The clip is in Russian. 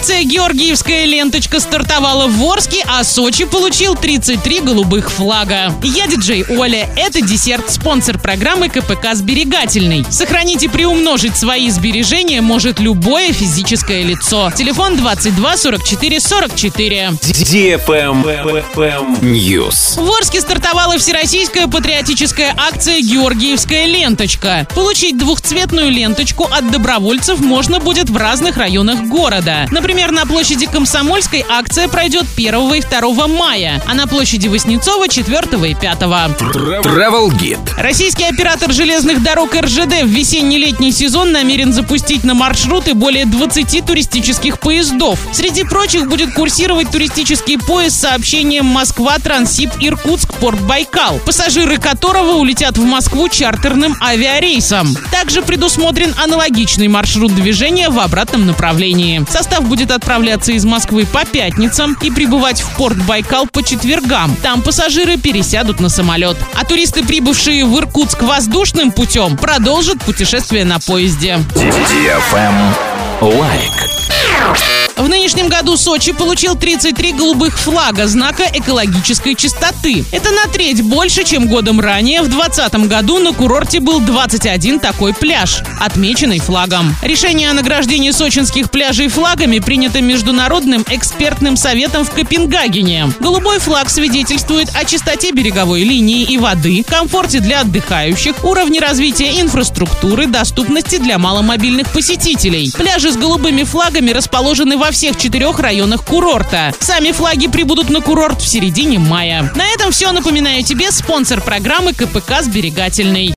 Акция «Георгиевская ленточка» стартовала в Орске, а Сочи получил 33 голубых флага. Я диджей Оля. Это десерт, спонсор программы КПК «Сберегательный». Сохранить и приумножить свои сбережения может любое физическое лицо. Телефон 22 44 44. News. В Орске стартовала всероссийская патриотическая акция «Георгиевская ленточка». Получить двухцветную ленточку от добровольцев можно будет в разных районах города. Например, на площади Комсомольской акция пройдет 1 и 2 мая, а на площади Васнецова 4 и 5. Travel Guide. Российский оператор железных дорог РЖД в весенне-летний сезон намерен запустить на маршруты более 20 туристических поездов. Среди прочих будет курсировать туристический поезд с сообщением Москва-Транссиб-Иркутск-Порт-Байкал, пассажиры которого улетят в Москву чартерным авиарейсом. Также предусмотрен аналогичный маршрут движения в обратном направлении. Состав будет отправляться из Москвы по пятницам и прибывать в Порт-Байкал по четвергам. Там пассажиры пересядут на самолет. А туристы, прибывшие в Иркутск воздушным путем, продолжат путешествие на поезде. Лайк. В нынешнем году Сочи получил 33 голубых флага, знака экологической чистоты. Это на треть больше, чем годом ранее. В 2020 году на курорте был 21 такой пляж, отмеченный флагом. Решение о награждении сочинских пляжей флагами принято Международным экспертным советом в Копенгагене. Голубой флаг свидетельствует о чистоте береговой линии и воды, комфорте для отдыхающих, уровне развития инфраструктуры, доступности для маломобильных посетителей. Пляжи с голубыми флагами расположены во всех 4 районах курорта. Сами флаги прибудут на курорт в середине мая. На этом все. Напоминаю тебе, спонсор программы КПК «Сберегательный».